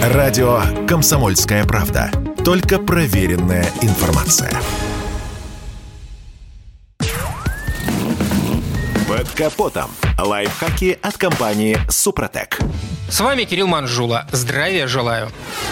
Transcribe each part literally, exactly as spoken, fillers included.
Радио «Комсомольская правда». Только проверенная информация. Под капотом. Лайфхаки от компании «Супротек». С вами Кирилл Манжула. Здравия желаю.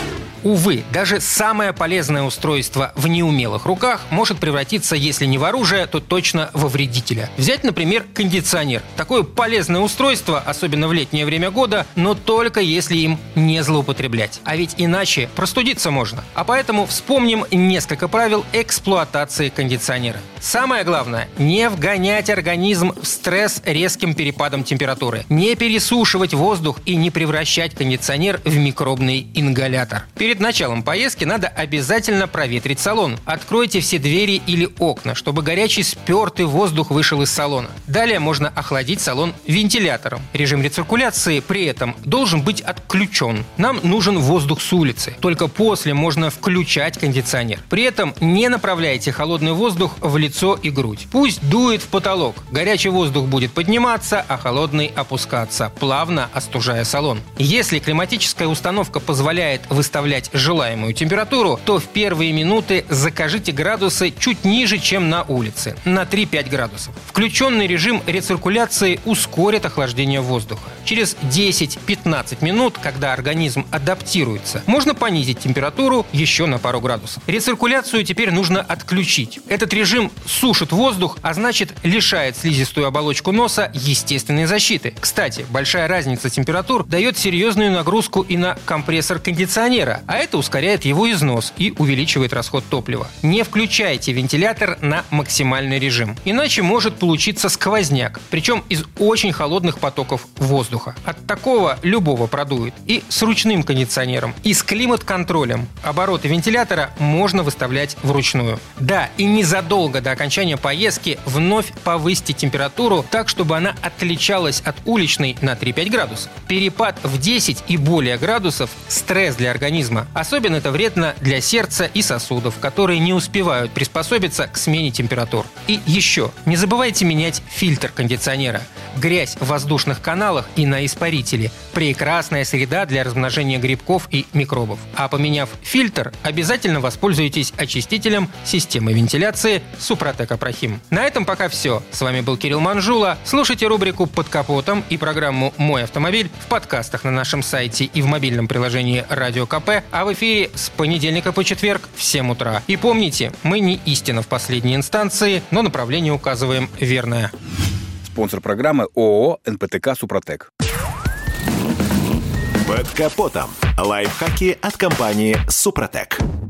Увы, даже самое полезное устройство в неумелых руках может превратиться, если не в оружие, то точно во вредителя. Взять, например, кондиционер. Такое полезное устройство, особенно в летнее время года, но только если им не злоупотреблять. А ведь иначе простудиться можно. А поэтому вспомним несколько правил эксплуатации кондиционера. Самое главное – не вгонять организм в стресс резким перепадом температуры, не пересушивать воздух и не превращать кондиционер в микробный ингалятор. Перед началом поездки надо обязательно проветрить салон. Откройте все двери или окна, чтобы горячий спертый воздух вышел из салона. Далее можно охладить салон вентилятором. Режим рециркуляции при этом должен быть отключен. Нам нужен воздух с улицы. Только после можно включать кондиционер. При этом не направляйте холодный воздух в лицо и грудь. Пусть дует в потолок. Горячий воздух будет подниматься, а холодный опускаться, плавно остужая салон. Если климатическая установка позволяет выставлять желаемую температуру, то в первые минуты закажите градусы чуть ниже, чем на улице, на три-пять градусов. Включенный режим рециркуляции ускорит охлаждение воздуха. Через десять-пятнадцать минут, когда организм адаптируется, можно понизить температуру еще на пару градусов. Рециркуляцию теперь нужно отключить. Этот режим сушит воздух, а значит лишает слизистую оболочку носа естественной защиты. Кстати, большая разница температур дает серьезную нагрузку и на компрессор кондиционера, а это ускоряет его износ и увеличивает расход топлива. Не включайте вентилятор на максимальный режим, иначе может получиться сквозняк, причем из очень холодных потоков воздуха. От такого любого продует. И с ручным кондиционером, и с климат-контролем обороты вентилятора можно выставлять вручную. Да, и незадолго до окончания поездки вновь повысьте температуру так, чтобы она отличалась от уличной на три-пять градусов. Перепад в десять и более градусов – стресс для организма. Особенно это вредно для сердца и сосудов, которые не успевают приспособиться к смене температур. И еще, не забывайте менять фильтр кондиционера. Грязь в воздушных каналах и на испарителе – прекрасная среда для размножения грибков и микробов. А поменяв фильтр, обязательно воспользуйтесь очистителем системы вентиляции Супротек Апрахим. На этом пока все. С вами был Кирилл Манжула. Слушайте рубрику «Под капотом» и программу «Мой автомобиль» в подкастах на нашем сайте и в мобильном приложении Радио КП, а в эфире с понедельника по четверг в семь утра. И помните, мы не истина в последней инстанции, но направление указываем верное. Спонсор программы ООО «эн пэ тэ ка Супротек». Под капотом. Лайфхаки от компании «Супротек».